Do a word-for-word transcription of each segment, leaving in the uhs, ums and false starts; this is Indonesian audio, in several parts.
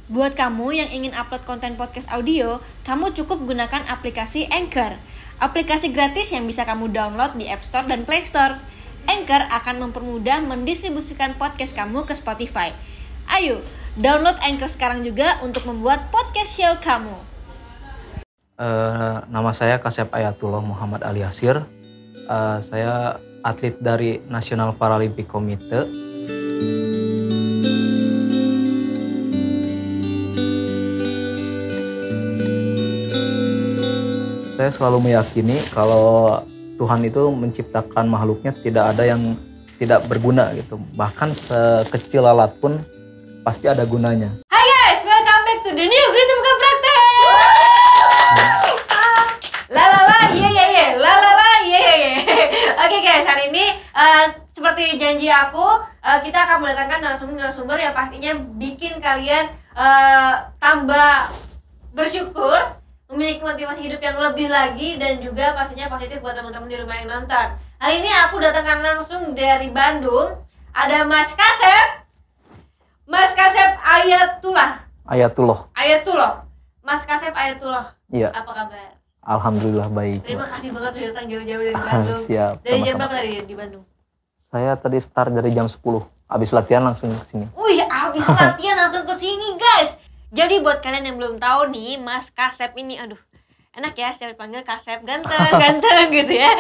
Buat kamu yang ingin upload konten podcast audio, kamu cukup gunakan aplikasi Anchor. Aplikasi gratis yang bisa kamu download di App Store dan Play Store. Anchor akan mempermudah mendistribusikan podcast kamu ke Spotify. Ayo, download Anchor sekarang juga untuk membuat podcast show kamu. Uh, nama saya Kasep Ayatullah Muhammad Ali Yasir. Uh, saya atlet dari National Paralympic Committee. Saya selalu meyakini kalau Tuhan itu menciptakan makhluknya tidak ada yang tidak berguna gitu. Bahkan sekecil lalat pun pasti ada gunanya. Hai guys, welcome back to the new Grita Buka Praktek. La la la, iya iya iya, la la la, iya iya iya. Oke guys, hari ini uh, seperti janji aku, uh, kita akan mendatangkan narasumber-narasumber yang pastinya bikin kalian uh, tambah bersyukur, memiliki motivasi hidup yang lebih lagi, dan juga pastinya positif buat teman-teman di rumah yang nonton. Hari ini aku datangkan langsung dari Bandung. Ada Mas Kasep, Mas Kasep Ayatullah. Ayatullah. Ayatullah. Mas Kasep Ayatullah. Iya. Apa kabar? Alhamdulillah baik. Terima kasih banget udah datang jauh-jauh dari Bandung. Siap. Dari sama-sama. jam berapa tadi di Bandung? Saya tadi start dari jam sepuluh. Habis latihan langsung ke sini. Wih, habis latihan langsung ke sini, guys. Jadi buat kalian yang belum tahu nih, Mas Kasep ini, aduh, enak ya setiap dipanggil Kasep, ganteng, ganteng gitu ya.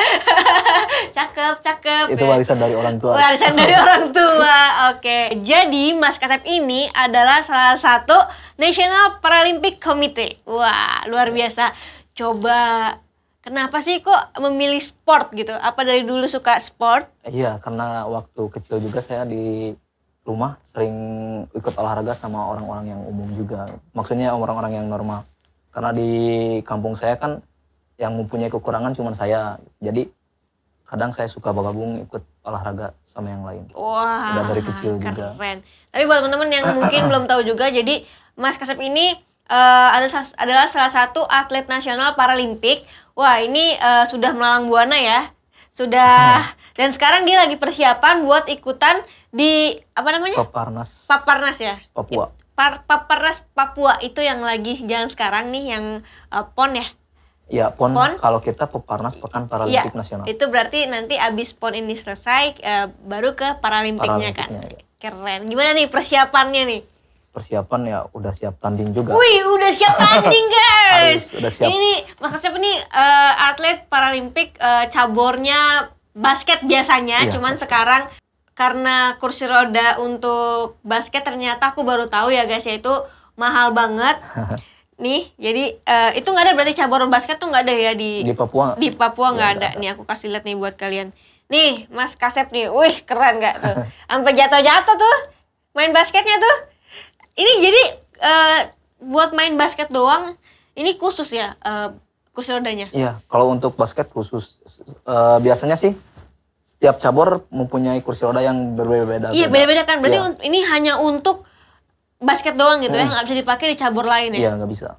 Cakep, cakep. Itu warisan dari orang tua. Warisan dari orang tua. Oke. Jadi Mas Kasep ini adalah salah satu National Paralympic Committee. Wah, luar biasa. Coba, kenapa sih kok memilih sport gitu? Apa dari dulu suka sport? Iya, karena waktu kecil juga saya di rumah sering ikut olahraga sama orang-orang yang umum juga. Maksudnya orang-orang yang normal. Karena di kampung saya kan yang mempunyai kekurangan cuma saya. Jadi kadang saya suka bergabung ikut olahraga sama yang lain. Wah, udah dari kecil keren. juga. Tapi buat teman-teman yang mungkin belum tahu juga, jadi Mas Kasep ini uh, adalah salah satu atlet nasional Paralimpik. Wah, ini uh, sudah melalang buana ya. Sudah, dan sekarang dia lagi persiapan buat ikutan di apa namanya? Paparnas. Paparnas ya. Papua. Par, Paparnas Papua itu yang lagi jalan sekarang nih, yang uh, P O N ya. Iya, P O N. P O N. Kalau kita Peparnas Pekan Paralimpik ya, Nasional. Itu berarti nanti abis P O N ini selesai uh, baru ke Paralimpiknya kan. Ya. Keren. Gimana nih persiapannya nih? Persiapan ya udah siap tanding juga. Wih, udah siap tanding guys. Harus, udah siap. Ini Mas Kasep ini uh, atlet Paralimpik, uh, cabornya basket biasanya, iya, cuman basket. Sekarang karena kursi roda untuk basket ternyata aku baru tahu ya guys, ya itu mahal banget. Nih, jadi uh, itu nggak ada berarti cabur basket tuh nggak ada ya di di Papua. Di Papua nggak ya, ada. ada. Nih aku kasih lihat nih buat kalian. Nih, Mas Kasep nih. Wih, keren nggak tuh? Sampai jatuh-jatuh tuh main basketnya tuh. Ini jadi uh, buat main basket doang, ini khusus ya uh, kursi rodanya? Iya, kalau untuk basket khusus. Uh, biasanya sih setiap cabur mempunyai kursi roda yang berbeda-beda. Iya, beda-beda kan. Berarti ya. un- ini hanya untuk basket doang gitu hmm. ya, nggak bisa dipakai di cabur lain ya? Iya, nggak bisa.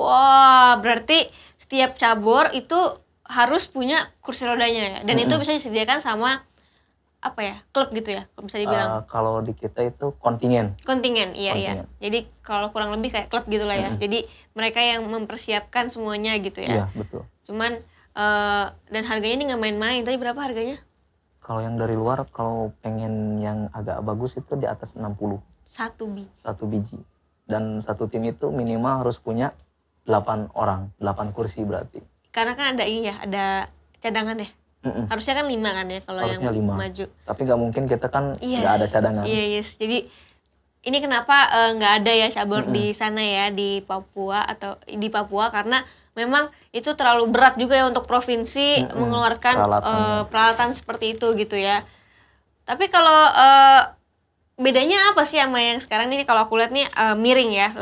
Wah, berarti setiap cabur itu harus punya kursi rodanya ya? Dan mm-hmm. itu bisa disediakan sama apa ya, klub gitu ya, bisa dibilang? Uh, kalau di kita itu kontingen. Kontingen, iya kontingen. iya. Jadi kalau kurang lebih kayak klub gitulah ya. Mm-hmm. Jadi mereka yang mempersiapkan semuanya gitu ya. Iya, betul. Cuman uh, dan harganya ini nggak main-main. Tadi berapa harganya? Kalau yang dari luar, kalau pengen yang agak bagus itu di atas enam puluh. Satu biji. Satu biji. Dan satu tim itu minimal harus punya delapan orang, delapan kursi berarti. Karena kan ada ini ya, ada cadangan ya. Mm-mm. Harusnya kan lima kan ya kalau yang lima. maju. Tapi nggak mungkin kita kan nggak yes. ada cadangan. Iya yes. Jadi ini kenapa nggak uh, ada ya cabur Mm-mm. di sana ya, di Papua atau di Papua, karena memang itu terlalu berat juga ya untuk provinsi Mm-mm. mengeluarkan peralatan. Uh, peralatan seperti itu gitu ya. Tapi kalau uh, bedanya apa sih sama yang sekarang ini? Kalau aku lihat nih uh, miring ya,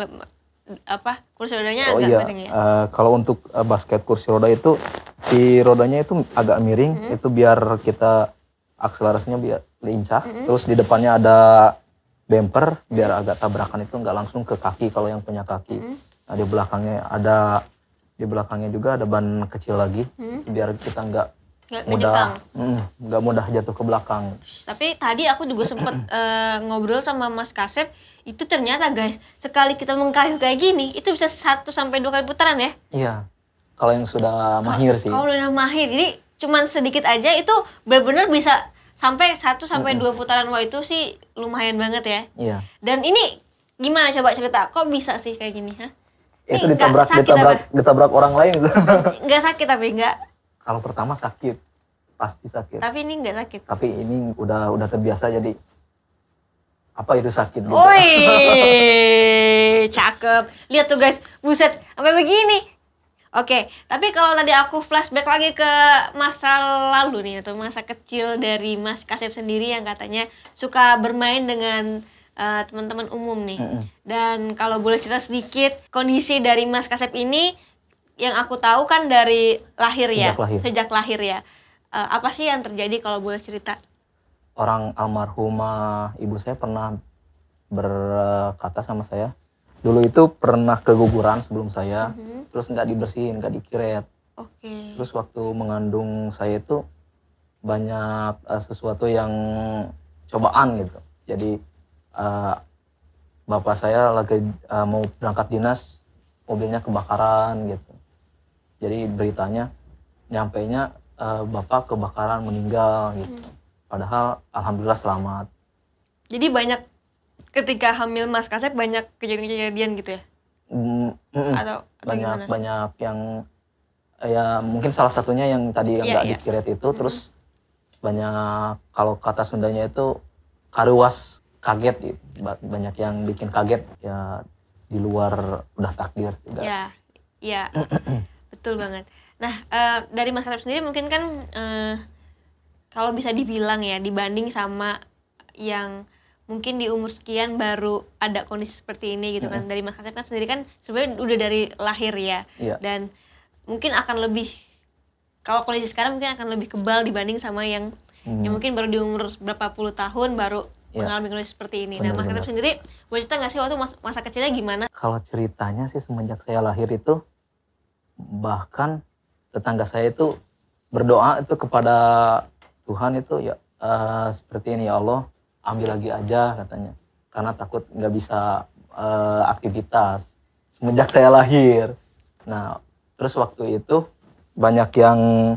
apa kursi rodanya oh, agak iya. miring ya. Uh, kalau untuk uh, basket kursi roda itu si rodanya itu agak miring, mm-hmm. itu biar kita akselerasinya biar lincah. Mm-hmm. Terus di depannya ada bumper mm-hmm. biar agak tabrakan itu nggak langsung ke kaki kalau yang punya kaki. Mm-hmm. Nah di belakangnya ada di belakangnya juga ada ban kecil lagi mm-hmm. biar kita nggak Nggak mudah, ngejengkang. mm, nggak mudah jatuh ke belakang. Tapi tadi aku juga sempet eh, ngobrol sama Mas Kasep, itu ternyata guys, sekali kita mengkayu kayak gini, itu bisa satu sampai dua kali putaran ya. Iya, kalau yang sudah mahir sih. Kalau udah mahir, jadi cuman sedikit aja itu benar-benar bisa sampai satu sampai dua putaran. Wah, itu sih lumayan banget ya. Iya. Dan ini gimana coba cerita, kok bisa sih kayak gini, hah? Itu Ini nggak ditabrak, sakit ditabrak, apa? ditabrak orang lain gitu. Nggak sakit tapi nggak, Kalau pertama sakit, pasti sakit. tapi ini nggak sakit. Tapi ini udah udah terbiasa jadi apa itu sakit gitu. Wih, cakep. Lihat tuh guys, buset, sampai begini. Oke, tapi kalau tadi aku flashback lagi ke masa lalu nih, atau masa kecil dari Mas Kasep sendiri yang katanya suka bermain dengan uh, teman-teman umum nih. Mm-mm. Dan kalau boleh cerita sedikit, kondisi dari Mas Kasep ini yang aku tahu kan dari lahir ya, Sejak lahir. sejak lahir ya. Uh, apa sih yang terjadi kalau boleh cerita? Orang almarhumah ibu saya pernah berkata sama saya, dulu itu pernah keguguran sebelum saya, Mhm. terus nggak dibersihin, nggak dikiret. Oke. Terus waktu mengandung saya itu banyak uh, sesuatu yang cobaan gitu. Jadi uh, bapak saya lagi uh, mau berangkat dinas, mobilnya kebakaran gitu. Jadi beritanya nyampainya uh, bapak kebakaran meninggal gitu. Hmm. Padahal alhamdulillah selamat. Jadi banyak ketika hamil Mas Kasep banyak kejadian-kejadian gitu ya? Mm, mm-mm. Atau, atau banyak gimana? banyak yang ya mungkin salah satunya yang tadi yang Iya, nggak iya. dikiret itu, Mhm. terus banyak kalau kata Sundanya itu karuas, kaget gitu. Ba- banyak yang bikin kaget ya, di luar udah takdir juga. Ya, ya, betul banget. Nah, eh, dari Mas Kasep sendiri mungkin kan eh, kalau bisa dibilang ya, dibanding sama yang mungkin di umur sekian baru ada kondisi seperti ini gitu kan. Mm-mm. Dari Mas Kasep kan sendiri kan sebenarnya udah dari lahir ya. Iya. Dan mungkin akan lebih, kalau kondisi sekarang mungkin akan lebih kebal dibanding sama yang Hmm. yang mungkin baru di umur berapa puluh tahun baru Iya. mengalami kondisi seperti ini. Nah, Mas Benar-benar. Kasep sendiri boleh cerita nggak sih waktu mas- masa kecilnya gimana? Kalau ceritanya sih semenjak saya lahir itu, bahkan tetangga saya itu berdoa itu kepada Tuhan itu ya, eh, seperti ini, ya Allah ambil lagi aja katanya, karena takut nggak bisa eh, aktivitas semenjak saya lahir. Nah terus waktu itu banyak yang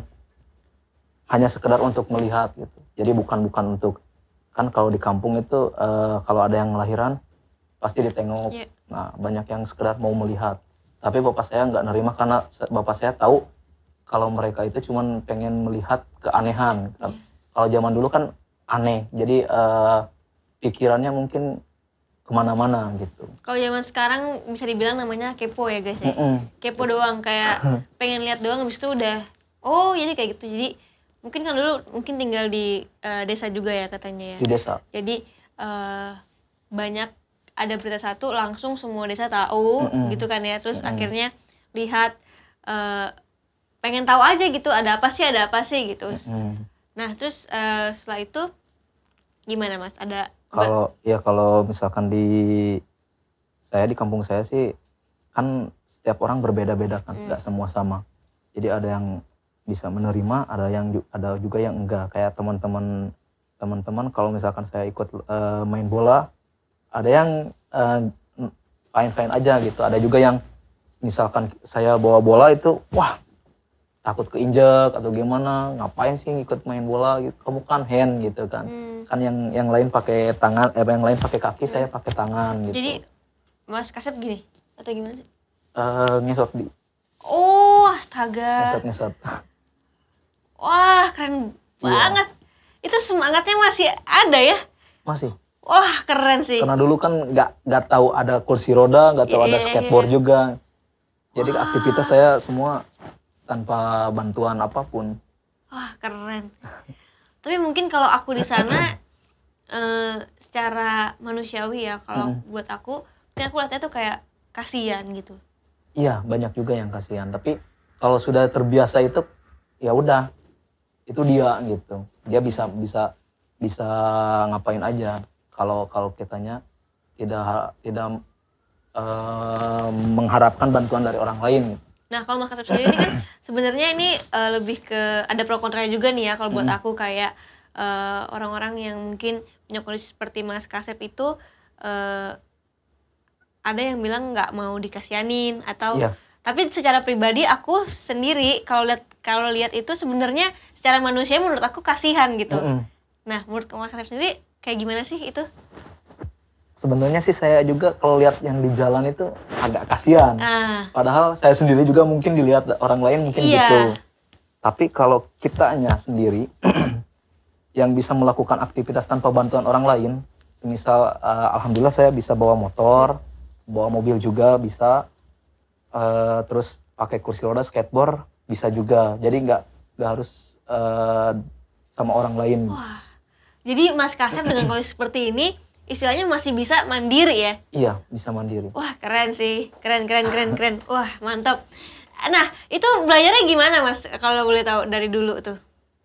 hanya sekedar untuk melihat gitu, jadi bukan bukan untuk, kan kalau di kampung itu eh, kalau ada yang lahiran pasti ditengok. Iya. Nah banyak yang sekedar mau melihat, tapi bapak saya nggak nerima karena se- bapak saya tahu kalau mereka itu cuman pengen melihat keanehan. Iya. Kalau zaman dulu kan aneh, jadi eh, pikirannya mungkin kemana-mana gitu. Kalau zaman sekarang bisa dibilang namanya kepo ya guys ya. Mm-mm. Kepo doang, kayak pengen lihat doang, habis itu udah oh jadi kayak gitu. Jadi mungkin kan dulu mungkin tinggal di eh, desa juga ya katanya ya. Di desa. Jadi eh, banyak ada berita satu langsung semua desa tahu. Mm-mm. Gitu kan ya. Terus Mm-mm. akhirnya lihat eh, pengen tahu aja gitu, ada apa sih ada apa sih gitu. Mm-mm. Nah terus eh, setelah itu gimana Mas? Ada Kalau ya kalau misalkan di saya di kampung saya sih kan setiap orang berbeda-beda kan, Hmm. nggak semua sama. Jadi ada yang bisa menerima, ada yang ju- ada juga yang enggak. Kayak teman-teman teman-teman kalau misalkan saya ikut eh, main bola, ada yang eh, fine-fine aja gitu. Ada juga yang misalkan saya bawa bola itu, wah takut keinjek atau gimana, ngapain sih ikut main bola gitu, kamu kan hand gitu kan. hmm, Kan yang yang lain pakai tangan, eh yang lain pakai kaki, saya pakai tangan gitu. jadi Mas Kasep gini atau gimana sih? Eh, ngesot di Oh, astaga. ngesot-ngesot. Wah, keren Iya. banget. Itu semangatnya masih ada ya? Masih. Wah, keren sih. Karena dulu kan nggak nggak tahu ada kursi roda, nggak tahu Iya, ada iya, skateboard iya. juga. Jadi Wah. aktivitas saya semua tanpa bantuan apapun. Wah, keren. Tapi mungkin kalau aku di sana eh, secara manusiawi ya, kalau Mm-mm. buat aku, mungkin aku lihatnya tuh kayak kasihan gitu. Iya, banyak juga yang kasihan. Tapi kalau sudah terbiasa itu, ya udah, itu dia gitu. Dia bisa bisa bisa ngapain aja. Kalau kalau kitanya tidak tidak eh, mengharapkan bantuan dari orang lain. Nah kalau Mas Kasep sendiri ini kan sebenarnya ini uh, lebih ke ada pro kontranya juga nih ya kalau buat Mm. aku kayak uh, orang-orang yang mungkin punya kondisi seperti Mas Kasep itu uh, ada yang bilang nggak mau dikasihanin atau Iya. tapi secara pribadi aku sendiri kalau lihat kalau lihat itu sebenarnya secara manusia menurut aku kasihan gitu. Mm-mm. Nah menurut Mas Kasep sendiri kayak gimana sih itu? Sebenarnya sih saya juga kalau lihat yang di jalan itu agak kasihan. Ah, Padahal saya sendiri juga mungkin dilihat orang lain mungkin iya. gitu. Tapi kalau kitanya sendiri yang bisa melakukan aktivitas tanpa bantuan orang lain, semisal uh, alhamdulillah saya bisa bawa motor, bawa mobil juga bisa, uh, terus pakai kursi roda, skateboard bisa juga. Jadi nggak nggak harus uh, sama orang lain. Wah, jadi Mas Kasep dengan kondisi seperti ini istilahnya masih bisa mandiri ya? Iya, bisa mandiri. Wah keren sih, keren keren keren keren. Wah mantap. Nah itu belajarnya gimana Mas kalau boleh tahu dari dulu tuh?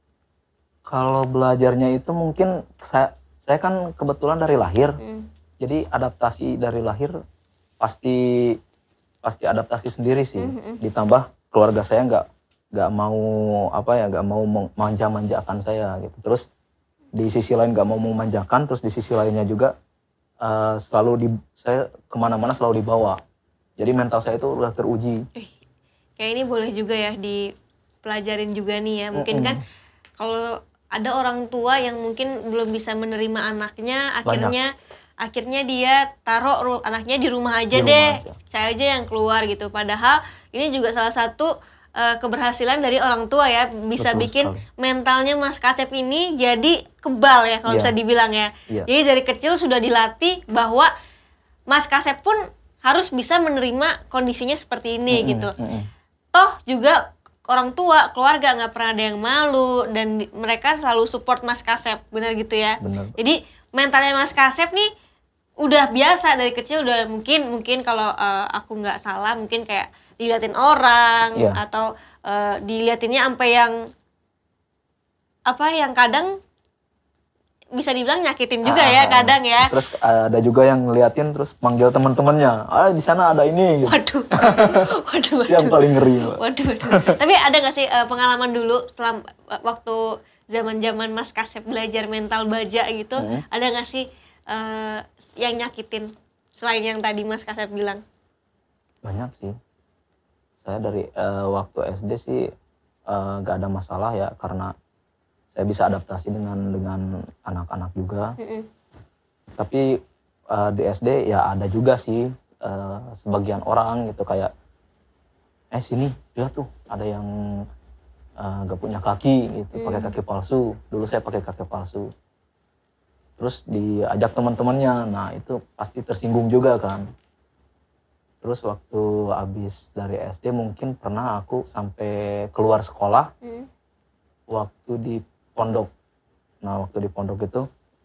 Kalau belajarnya itu mungkin saya saya kan kebetulan dari lahir, Hmm. jadi adaptasi dari lahir pasti pasti adaptasi sendiri sih. Mhm. Ditambah keluarga saya nggak nggak mau apa ya nggak mau manja-manjakan saya gitu. Terus di sisi lain nggak mau memanjakan, terus di sisi lainnya juga uh, selalu di saya kemana-mana selalu dibawa. Jadi mental saya itu udah teruji. Eh, kayak ini boleh juga ya dipelajarin juga nih ya. Mungkin Mm-mm. kan kalau ada orang tua yang mungkin belum bisa menerima anaknya, akhirnya akhirnya dia taruh ru- anaknya di rumah aja Di rumah deh, aja. saya aja yang keluar gitu. Padahal ini juga salah satu uh, keberhasilan dari orang tua ya, bisa Betul bikin sekali. mentalnya Mas Kasep ini jadi kebal ya kalau Iya. bisa dibilang ya. Iya. Jadi dari kecil sudah dilatih bahwa Mas Kasep pun harus bisa menerima kondisinya seperti ini Mm-mm, gitu. mm-mm. Toh juga orang tua, keluarga nggak pernah ada yang malu dan di- mereka selalu support Mas Kasep, benar gitu ya. Bener. Jadi mentalnya Mas Kasep nih udah biasa dari kecil udah mungkin mungkin kalau uh, aku nggak salah mungkin kayak diliatin orang Iya. atau uh, diliatinnya sampai yang apa yang kadang bisa dibilang nyakitin juga Ah, ya ah, kadang ya. Terus ada juga yang ngeliatin terus manggil teman-temannya, ah di sana ada ini. Gitu. Waduh, waduh, Itu yang waduh. paling ngeri. Mbak. Waduh, waduh. Tapi ada nggak sih uh, pengalaman dulu selam waktu zaman-zaman Mas Kasep belajar mental baja gitu, Hmm. ada nggak sih uh, yang nyakitin selain yang tadi Mas Kasep bilang? Banyak sih. Saya dari eh, waktu S D sih eh, gak ada masalah ya karena saya bisa adaptasi dengan dengan anak-anak juga. Mm-mm. Tapi eh, di S D ya ada juga sih eh, sebagian orang gitu kayak eh sini dia tuh ada yang eh, gak punya kaki gitu, Hmm. pakai kaki palsu. Dulu saya pakai kaki palsu. Terus diajak teman-temannya, nah itu pasti tersinggung juga kan. Terus waktu habis dari S D mungkin pernah aku sampai keluar sekolah Mm. waktu di pondok. Nah waktu di pondok itu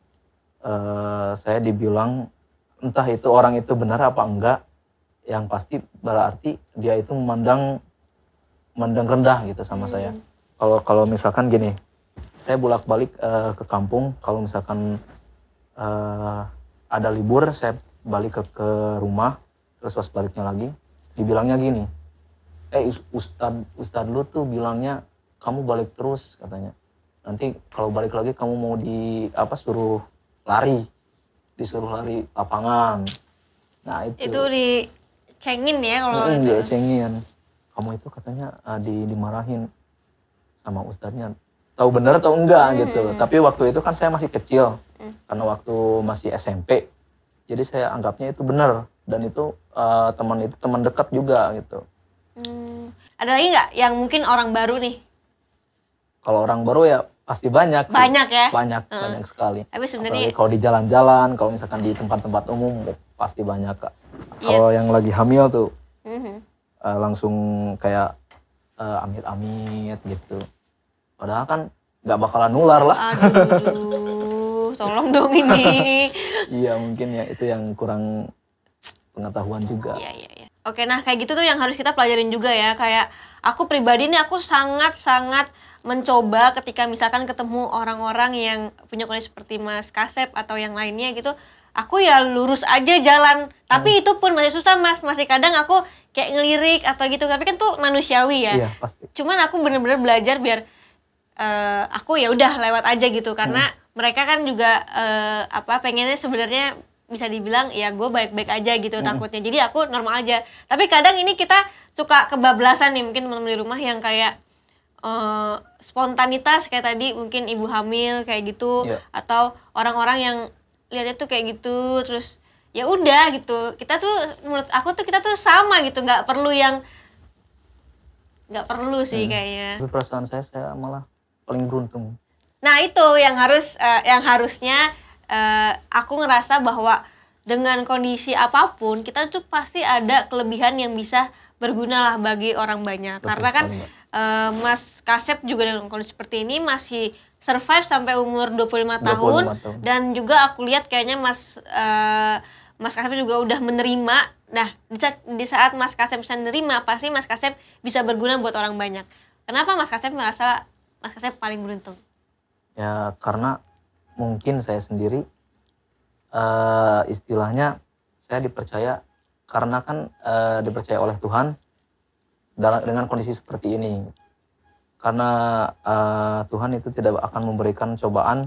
eh, saya dibilang entah itu orang itu benar apa enggak, yang pasti berarti dia itu memandang memandang rendah gitu sama saya. Hmm. Kalau kalau misalkan gini, saya bolak-balik eh, ke kampung. Kalau misalkan eh, ada libur, saya balik ke, ke rumah. Terus pas baliknya lagi, dibilangnya gini, eh ustad ustad lu tuh bilangnya kamu balik terus katanya. Nanti kalau balik lagi kamu mau di apa suruh lari, disuruh lari lapangan. Nah itu. Itu dicengin ya kalau Mm, itu. dia cengin. Kamu itu katanya uh, di, dimarahin sama ustadznya. Tahu benar atau enggak Hmm. gitu. Tapi waktu itu kan saya masih kecil. Hmm. Karena waktu masih S M P. Jadi saya anggapnya itu benar. Dan itu uh, teman itu teman dekat juga gitu. Hmm. Ada lagi nggak yang mungkin orang baru nih? Kalau orang baru ya pasti banyak sih. Banyak ya. Banyak, Hmm. banyak sekali. Tapi sebenarnya Apalagi kalau di jalan-jalan, kalau misalkan di tempat-tempat umum pasti banyak Kak. Iya. Kalau yang lagi hamil tuh Mhm. uh, langsung kayak uh, amit-amit gitu. Padahal kan nggak bakalan nular lah. Aduh, tolong dong ini. Iya mungkin ya itu yang kurang pengetahuan juga. Iya, iya, iya. Oke, nah kayak gitu tuh yang harus kita pelajarin juga ya. Kayak aku pribadi nih aku sangat-sangat mencoba ketika misalkan ketemu orang-orang yang punya kondisi seperti Mas Kasep atau yang lainnya gitu, aku ya lurus aja jalan. Tapi itu pun masih susah Mas, masih kadang aku kayak ngelirik atau gitu, tapi kan tuh manusiawi ya. Iya pasti. Cuman aku bener-bener belajar biar uh, aku ya udah lewat aja gitu, karena hmm. mereka kan juga uh, apa pengennya sebenarnya bisa dibilang ya gue baik-baik aja gitu hmm. takutnya, jadi aku normal aja. Tapi kadang ini kita suka kebablasan nih, mungkin teman-teman di rumah yang kayak uh, spontanitas kayak tadi mungkin ibu hamil kayak gitu, yeah. atau orang-orang yang lihatnya tuh kayak gitu, terus ya udah gitu. Kita tuh menurut aku tuh kita tuh sama gitu, nggak perlu yang nggak perlu sih hmm. kayaknya. Tapi perasaan saya saya malah paling beruntung. Nah itu yang harus uh, yang harusnya uh, aku ngerasa bahwa dengan kondisi apapun kita tuh pasti ada kelebihan yang bisa berguna lah bagi orang banyak. Betul, karena kan uh, Mas Kasep juga dengan kondisi seperti ini masih survive sampai umur dua puluh lima tahun, tahun dan juga aku lihat kayaknya Mas uh, Mas Kasep juga udah menerima. Nah di saat, di saat Mas Kasep bisa menerima, pasti Mas Kasep bisa berguna buat orang banyak. Kenapa Mas Kasep merasa Mas Kasep paling beruntung? Ya karena mungkin saya sendiri uh, istilahnya saya dipercaya, karena kan uh, dipercaya oleh Tuhan dalam, dengan kondisi seperti ini. Karena uh, Tuhan itu tidak akan memberikan cobaan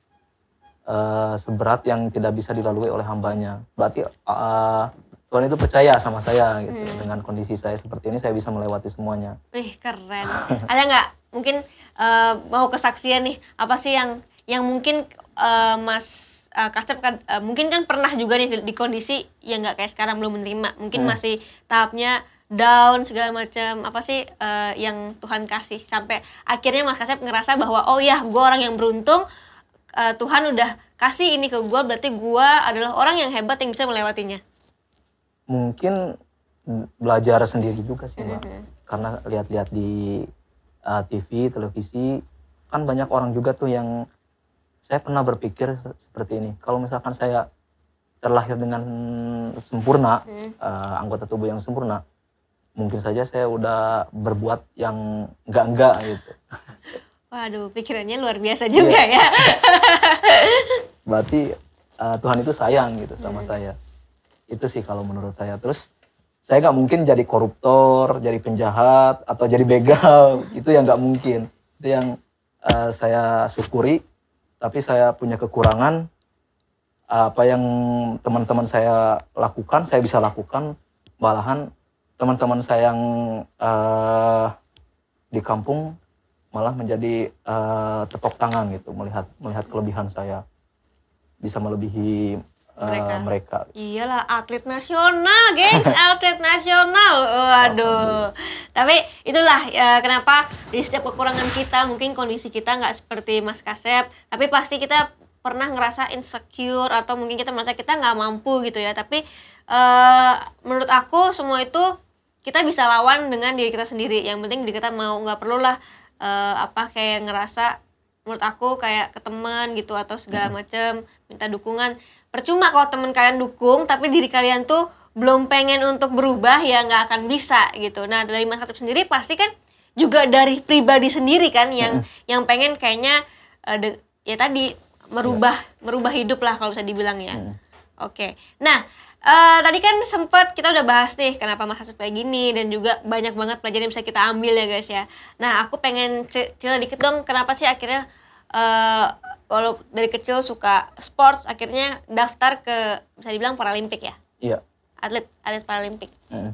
uh, seberat yang tidak bisa dilalui oleh hambanya. Berarti uh, Tuhan itu percaya sama saya gitu. Hmm. Dengan kondisi saya seperti ini saya bisa melewati semuanya. Wih keren. Ada nggak mungkin uh, mau kesaksian nih, apa sih yang yang mungkin uh, Mas uh, Kasep kan uh, mungkin kan pernah juga nih di, di kondisi yang nggak kayak sekarang, belum menerima, mungkin hmm. masih tahapnya down segala macam. Apa sih uh, yang Tuhan kasih sampai akhirnya Mas Kasep ngerasa bahwa oh ya gue orang yang beruntung, uh, Tuhan udah kasih ini ke gue, berarti gue adalah orang yang hebat yang bisa melewatinya. Mungkin belajar sendiri juga sih Mbak, mm-hmm. karena lihat-lihat di uh, T V, televisi, kan banyak orang juga tuh yang saya pernah berpikir se- seperti ini. Kalau misalkan saya terlahir dengan sempurna, mm. uh, anggota tubuh yang sempurna, mungkin saja saya udah berbuat yang enggak-enggak gitu. Waduh, pikirannya luar biasa juga yeah. ya. Berarti uh, Tuhan itu sayang gitu sama mm. saya. Itu sih kalau menurut saya. Terus saya nggak mungkin jadi koruptor, jadi penjahat, atau jadi begal. Itu yang nggak mungkin. Itu yang uh, saya syukuri. Tapi saya punya kekurangan. Apa yang teman-teman saya lakukan, saya bisa lakukan. Malahan teman-teman saya yang uh, di kampung malah menjadi uh, tepuk tangan gitu, melihat melihat kelebihan saya bisa melebihi mereka. Uh, mereka. Iyalah, atlet nasional, gengs, atlet nasional. Waduh. Tapi itulah ya, kenapa di setiap kekurangan kita, mungkin kondisi kita nggak seperti Mas Kasep, tapi pasti kita pernah ngerasa insecure atau mungkin kita merasa kita nggak mampu gitu ya. Tapi uh, menurut aku semua itu kita bisa lawan dengan diri kita sendiri. Yang penting diri kita mau, nggak perlulah uh, apa kayak ngerasa, menurut aku kayak ke teman gitu atau segala macam minta dukungan. Percuma kalau teman kalian dukung tapi diri kalian tuh belum pengen untuk berubah, ya nggak akan bisa gitu. Nah dari Mas Kasep sendiri pasti kan juga dari pribadi sendiri kan yang mm-hmm. yang pengen kayaknya uh, de, ya tadi merubah yeah. merubah hidup lah kalau bisa dibilang ya. Mm. Oke. Okay. Nah uh, tadi kan sempat kita udah bahas nih kenapa Mas Kasep kayak gini dan juga banyak banget pelajaran yang bisa kita ambil ya guys ya. Nah aku pengen cerita dikit dong, kenapa sih akhirnya uh, walau dari kecil suka sports, akhirnya daftar ke bisa dibilang Paralimpik ya? Iya. Atlet atlet Paralimpik. Mm.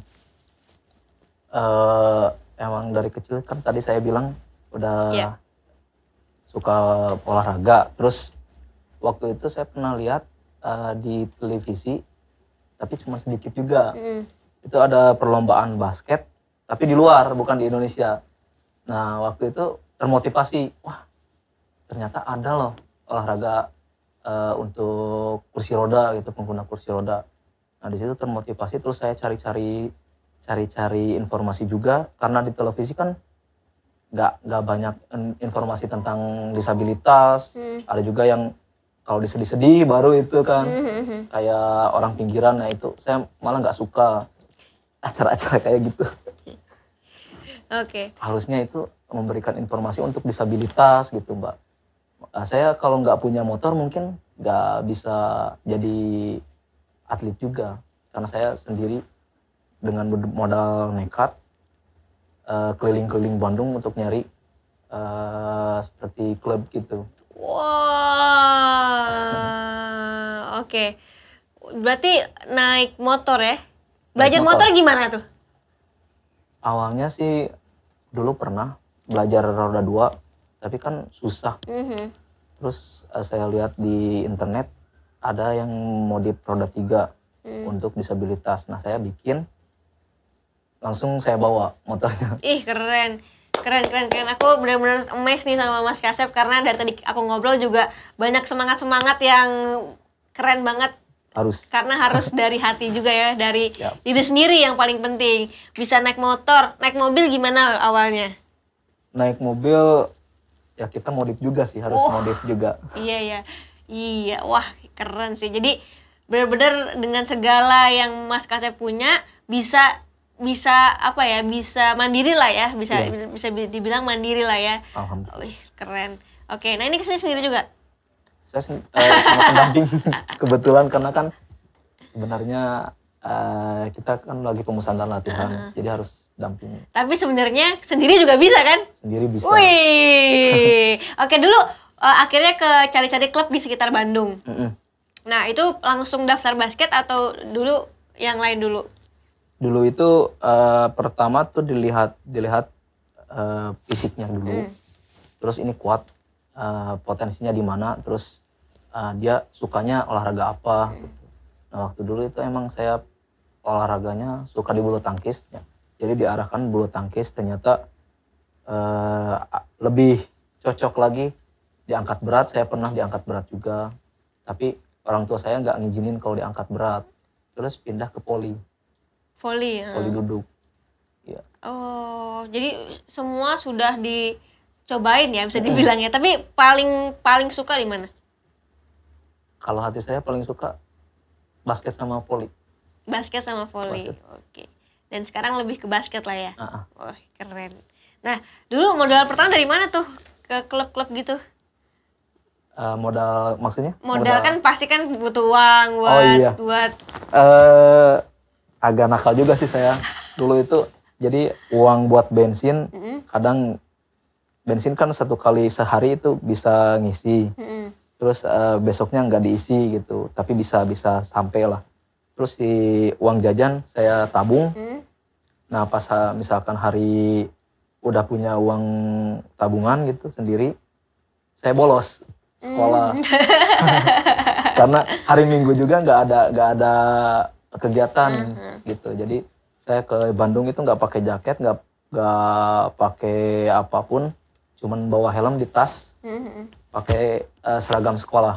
Uh, emang dari kecil kan tadi saya bilang udah yeah. suka olahraga. Terus waktu itu saya pernah lihat uh, di televisi, tapi cuma sedikit juga. Mm. Itu ada perlombaan basket, tapi di luar, bukan di Indonesia. Nah waktu itu termotivasi, wah ternyata ada loh olahraga uh, untuk kursi roda gitu, pengguna kursi roda. Nah di situ termotivasi, terus saya cari-cari cari-cari informasi juga, karena di televisi kan nggak nggak banyak informasi tentang disabilitas. Hmm. Ada juga yang kalau disedih-sedih baru itu kan hmm. kayak orang pinggiran. Nah itu saya malah nggak suka acara-acara kayak gitu. Oke. Okay. Harusnya itu memberikan informasi untuk disabilitas gitu Mbak. Nah, saya kalau nggak punya motor mungkin nggak bisa jadi atlet juga, karena saya sendiri dengan modal nekat uh, keliling-keliling Bandung untuk nyari uh, seperti klub gitu. Wah, oke. Okay. Berarti naik motor ya? Belajar Naik motor. motor gimana tuh? Awalnya sih dulu pernah belajar roda dua, tapi kan susah. Mm-hmm. Terus uh, saya lihat di internet ada yang modif roda tiga mm. untuk disabilitas. Nah saya bikin, langsung saya bawa motornya. Ih keren. Keren, keren, keren. Aku benar-benar amazed nih sama Mas Kasep karena dari tadi aku ngobrol juga banyak semangat-semangat yang keren banget. Harus. Karena harus dari hati juga ya, dari Siap. diri sendiri yang paling penting. Bisa naik motor, naik mobil gimana awalnya? Naik mobil, ya kita modif juga sih, harus oh, modif juga. Iya, iya. Iya, wah keren sih. Jadi benar-benar dengan segala yang Mas Kasep punya, bisa bisa apa ya, bisa mandiri lah ya, bisa yeah. bisa dibilang mandiri lah ya. Alhamdulillah. Wih, keren. Oke, nah ini kesini sendiri juga? Saya uh, sama pendamping kebetulan karena kan sebenarnya uh, kita kan lagi pemusatan latihan, uh-huh. jadi harus damping. Tapi sebenarnya sendiri juga bisa kan? Sendiri bisa. Wih, oke dulu uh, akhirnya ke cari-cari klub di sekitar Bandung. Mm-hmm. Nah itu langsung daftar basket atau dulu yang lain dulu? Dulu itu uh, pertama tuh dilihat dilihat uh, fisiknya dulu, mm. terus ini kuat, uh, potensinya di mana, terus uh, dia sukanya olahraga apa. Mm. Gitu. Nah waktu dulu itu emang saya olahraganya suka di bulu tangkis, ya. Jadi diarahkan bulu tangkis, ternyata uh, lebih cocok lagi diangkat berat. Saya pernah diangkat berat juga, tapi orang tua saya nggak ngizinin kalau diangkat berat, terus pindah ke poli. Voli, voli uh. duduk. Ya. Oh, jadi semua sudah dicobain ya bisa dibilang ya. Tapi paling paling suka di mana? Kalau hati saya paling suka basket sama voli. Basket sama voli. Oke. Dan sekarang lebih ke basket lah ya. Uh-uh. Wah, keren. Nah, dulu modal pertama dari mana tuh ke klub-klub gitu? Uh, modal maksudnya? Modal, modal kan pasti kan butuh uang buat oh, iya. buat. Uh, agak nakal juga sih saya dulu itu. Jadi uang buat bensin, mm-hmm. kadang bensin kan satu kali sehari itu bisa ngisi, mm-hmm. terus uh, besoknya nggak diisi gitu, tapi bisa bisa sampai lah. Terus si uang jajan saya tabung. Mm-hmm. Nah pas misalkan hari udah punya uang tabungan gitu sendiri, saya bolos sekolah. Mm. Karena hari Minggu juga nggak ada nggak ada kegiatan uh-huh. gitu. Jadi saya ke Bandung itu nggak pakai jaket, nggak nggak pakai apapun, cuman bawa helm di tas, uh-huh. pakai uh, seragam sekolah.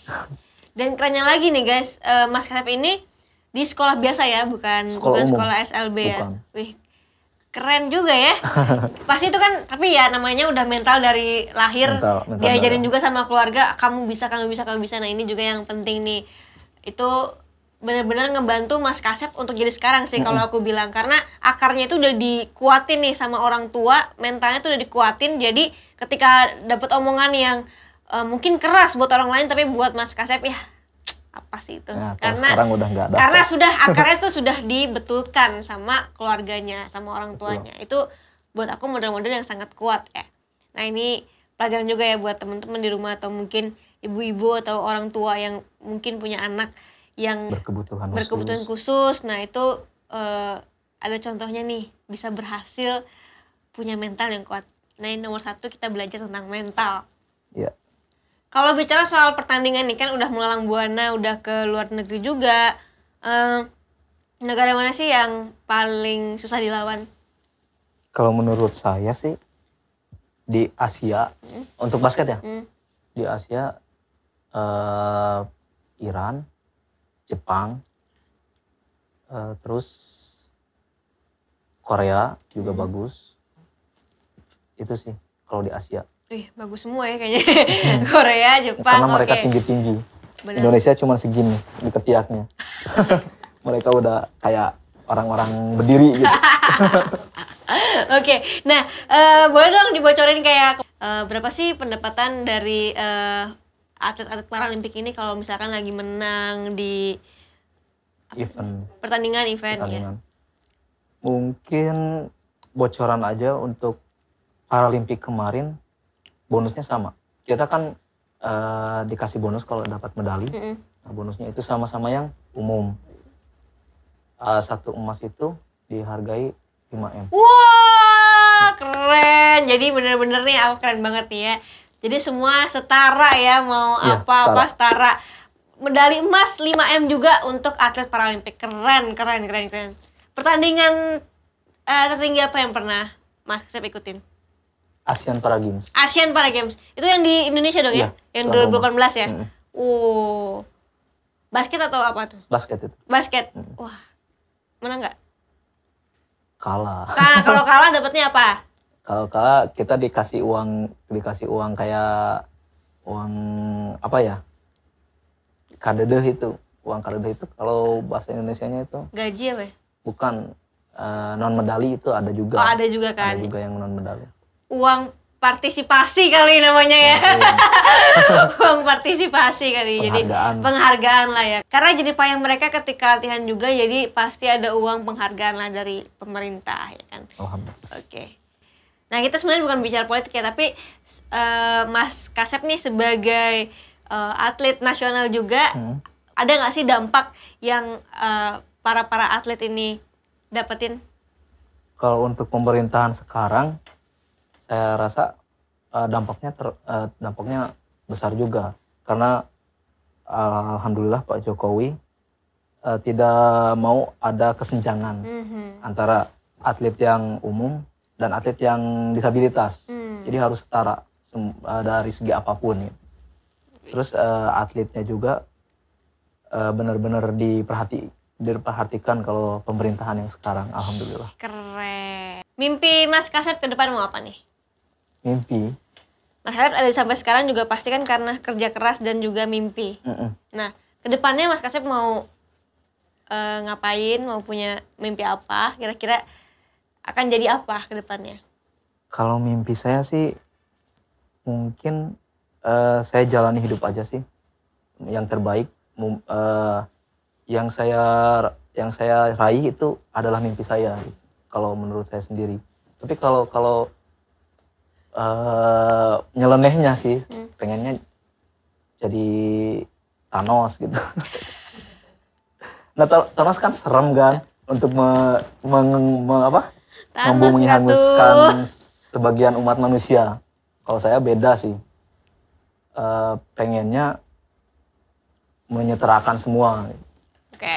Dan kerennya lagi nih guys, uh, Mas Kasep ini di sekolah biasa ya, bukan sekolah bukan umum. Sekolah S L B bukan. Ya. Wih, keren juga ya. Pasti itu kan, tapi ya namanya udah mental dari lahir, mental, mental diajarin juga sama keluarga, kamu bisa, kamu bisa, kamu bisa. Nah ini juga yang penting nih. Itu benar-benar ngebantu Mas Kasep untuk jadi sekarang sih, mm-hmm. kalau aku bilang, karena akarnya itu udah dikuatin nih sama orang tua, mentalnya tuh udah dikuatin. Jadi ketika dapat omongan yang uh, mungkin keras buat orang lain, tapi buat Mas Kasep ya apa sih itu? Nah, karena sekarang udah nggak ada. Karena sudah akarnya itu sudah dibetulkan sama keluarganya, sama orang tuanya. Betul. Itu buat aku modal-modal yang sangat kuat ya. Nah ini pelajaran juga ya buat teman-teman di rumah atau mungkin ibu-ibu atau orang tua yang mungkin punya anak yang berkebutuhan, berkebutuhan khusus. khusus. Nah itu uh, ada contohnya nih, bisa berhasil punya mental yang kuat. Nah ini nomor satu, kita belajar tentang mental. Iya. Kalau bicara soal pertandingan nih kan udah melalang buana, udah ke luar negeri juga. Uh, negara mana sih yang paling susah dilawan? Kalau menurut saya sih di Asia, hmm? untuk basket ya. Hmm. Di Asia uh, Iran, Jepang, uh, terus Korea juga hmm. bagus. Itu sih kalau di Asia. Wih, bagus semua ya kayaknya. Korea, Jepang, karena mereka okay. tinggi-tinggi. Bener. Indonesia cuma segini di ketiaknya. Mereka udah kayak orang-orang berdiri gitu. Oke, okay. Nah uh, boleh dong dibocorin kayak uh, berapa sih pendapatan dari uh, atlet-atlet Paralimpik ini kalau misalkan lagi menang di event pertandingan event pertandingan. Ya. Mungkin bocoran aja untuk Paralimpik kemarin bonusnya sama. Kita kan uh, dikasih bonus kalau dapat medali. Mm-mm. Nah, bonusnya itu sama-sama yang umum. Uh, satu emas itu dihargai lima M. Wah, keren. Jadi bener-bener nih aku keren banget nih ya. Jadi semua setara ya, mau Iya, apa-apa setara. Medali emas lima M juga untuk atlet Paralimpik. Keren, keren, keren, keren. Pertandingan uh, tertinggi apa yang pernah Mas Kasep ikutin? Asian Para Games. Asian Para Games. Itu yang di Indonesia dong ya? Iya, Yang tuan dua ribu rumah. delapan belas ya? Mm-mm. Uh. Basket atau apa tuh? Basket itu Basket. Mm. Wah. Menang nggak? kalah. Nah, kalau kalah dapatnya apa? Kalau kalah kita dikasih uang, dikasih uang kayak uang apa ya? Kadedeh itu. Uang kadedeh itu kalau bahasa Indonesianya itu Gaji apa ya? bukan uh, non medali, itu ada juga. Oh, ada juga kan? Ada juga yang non medali. Uang partisipasi kali namanya ya. Uang partisipasi kali. Jadi Penghargaan. penghargaan lah ya. Karena jadi payah mereka ketika latihan juga, jadi pasti ada uang penghargaan lah dari pemerintah ya kan. Alhamdulillah. Oke. Nah, kita sebenarnya bukan bicara politik ya, tapi uh, Mas Kasep nih sebagai uh, atlet nasional juga, Hmm. ada nggak sih dampak yang uh, para para atlet ini dapetin? Kalau untuk pemerintahan sekarang, saya rasa uh, dampaknya ter, uh, dampaknya besar juga, karena uh, alhamdulillah Pak Jokowi uh, tidak mau ada kesenjangan Mhm. antara atlet yang umum dan atlet yang disabilitas. Hmm. Jadi harus setara sem- uh, dari segi apapun. Ya. Terus uh, atletnya juga uh, benar-benar diperhati diperhatikan kalau pemerintahan yang sekarang, alhamdulillah. Keren. Mimpi Mas Kasep ke depan mau apa nih? Mimpi. Mas Kasep ada sampai sekarang juga pasti kan karena kerja keras dan juga mimpi. Mm-mm. Nah, kedepannya Mas Kasep mau eh, ngapain? Mau punya mimpi apa? Kira-kira akan jadi apa kedepannya? Kalau mimpi saya sih mungkin eh, saya jalani hidup aja sih yang terbaik. Mum- eh, yang saya yang saya raih itu adalah mimpi saya gitu, kalau menurut saya sendiri. Tapi kalau kalau eh, nyelenehnya sih Hmm. pengennya jadi Thanos gitu. Nah, Tha- Thanos kan serem kan untuk me, meng- me- apa? Thanos membumi nggak tuh? hanguskan sebagian umat manusia. Kalau saya beda sih. Eh, pengennya menyetarakan semua. Oke.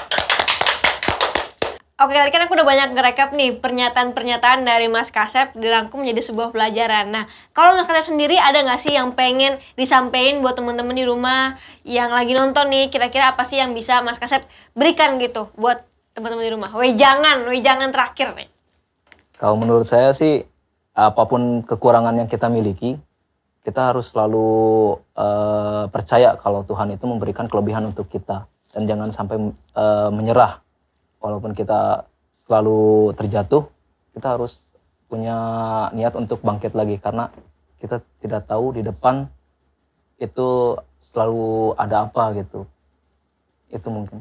Oke, tadi kan aku udah banyak ngerekap nih pernyataan-pernyataan dari Mas Kasep dirangkum menjadi sebuah pelajaran. Nah, kalau Mas Kasep sendiri ada nggak sih yang pengen disampaikan buat temen-temen di rumah yang lagi nonton nih? Kira-kira apa sih yang bisa Mas Kasep berikan gitu buat teman-teman di rumah? Weh jangan, weh jangan terakhir nih. Kalau menurut saya sih, apapun kekurangan yang kita miliki, kita harus selalu eh, percaya kalau Tuhan itu memberikan kelebihan untuk kita. Dan jangan sampai eh, menyerah. Walaupun kita selalu terjatuh, kita harus punya niat untuk bangkit lagi. Karena kita tidak tahu di depan itu selalu ada apa gitu. Itu mungkin.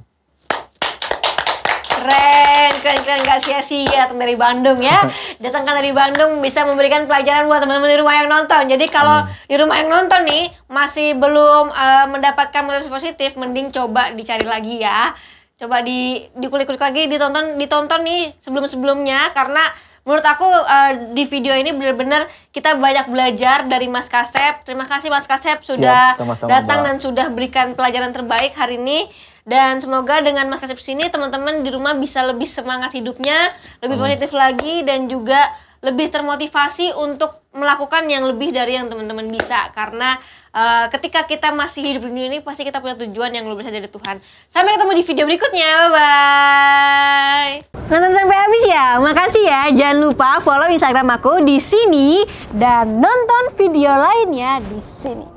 Keren, keren, keren, gak sia-sia datang dari Bandung ya. Datangkan dari Bandung bisa memberikan pelajaran buat teman-teman di rumah yang nonton. Jadi kalau Amin. di rumah yang nonton nih masih belum eh, mendapatkan motivasi positif, mending coba dicari lagi ya. Coba di dikulik-kulik lagi, ditonton ditonton nih sebelum-sebelumnya, karena menurut aku eh, di video ini benar-benar kita banyak belajar dari Mas Kasep. Terima kasih Mas Kasep sudah Siap, sama-sama, datang Mbak. dan sudah berikan pelajaran terbaik hari ini. Dan semoga dengan Mas Kasep sini teman-teman di rumah bisa lebih semangat hidupnya, lebih Amin. positif lagi, dan juga lebih termotivasi untuk melakukan yang lebih dari yang teman-teman bisa. Karena uh, ketika kita masih hidup di dunia ini, pasti kita punya tujuan yang lebih besar dari Tuhan. Sampai ketemu di video berikutnya, bye-bye. Nonton sampai habis ya, makasih ya. Jangan lupa follow Instagram aku di sini dan nonton video lainnya di sini.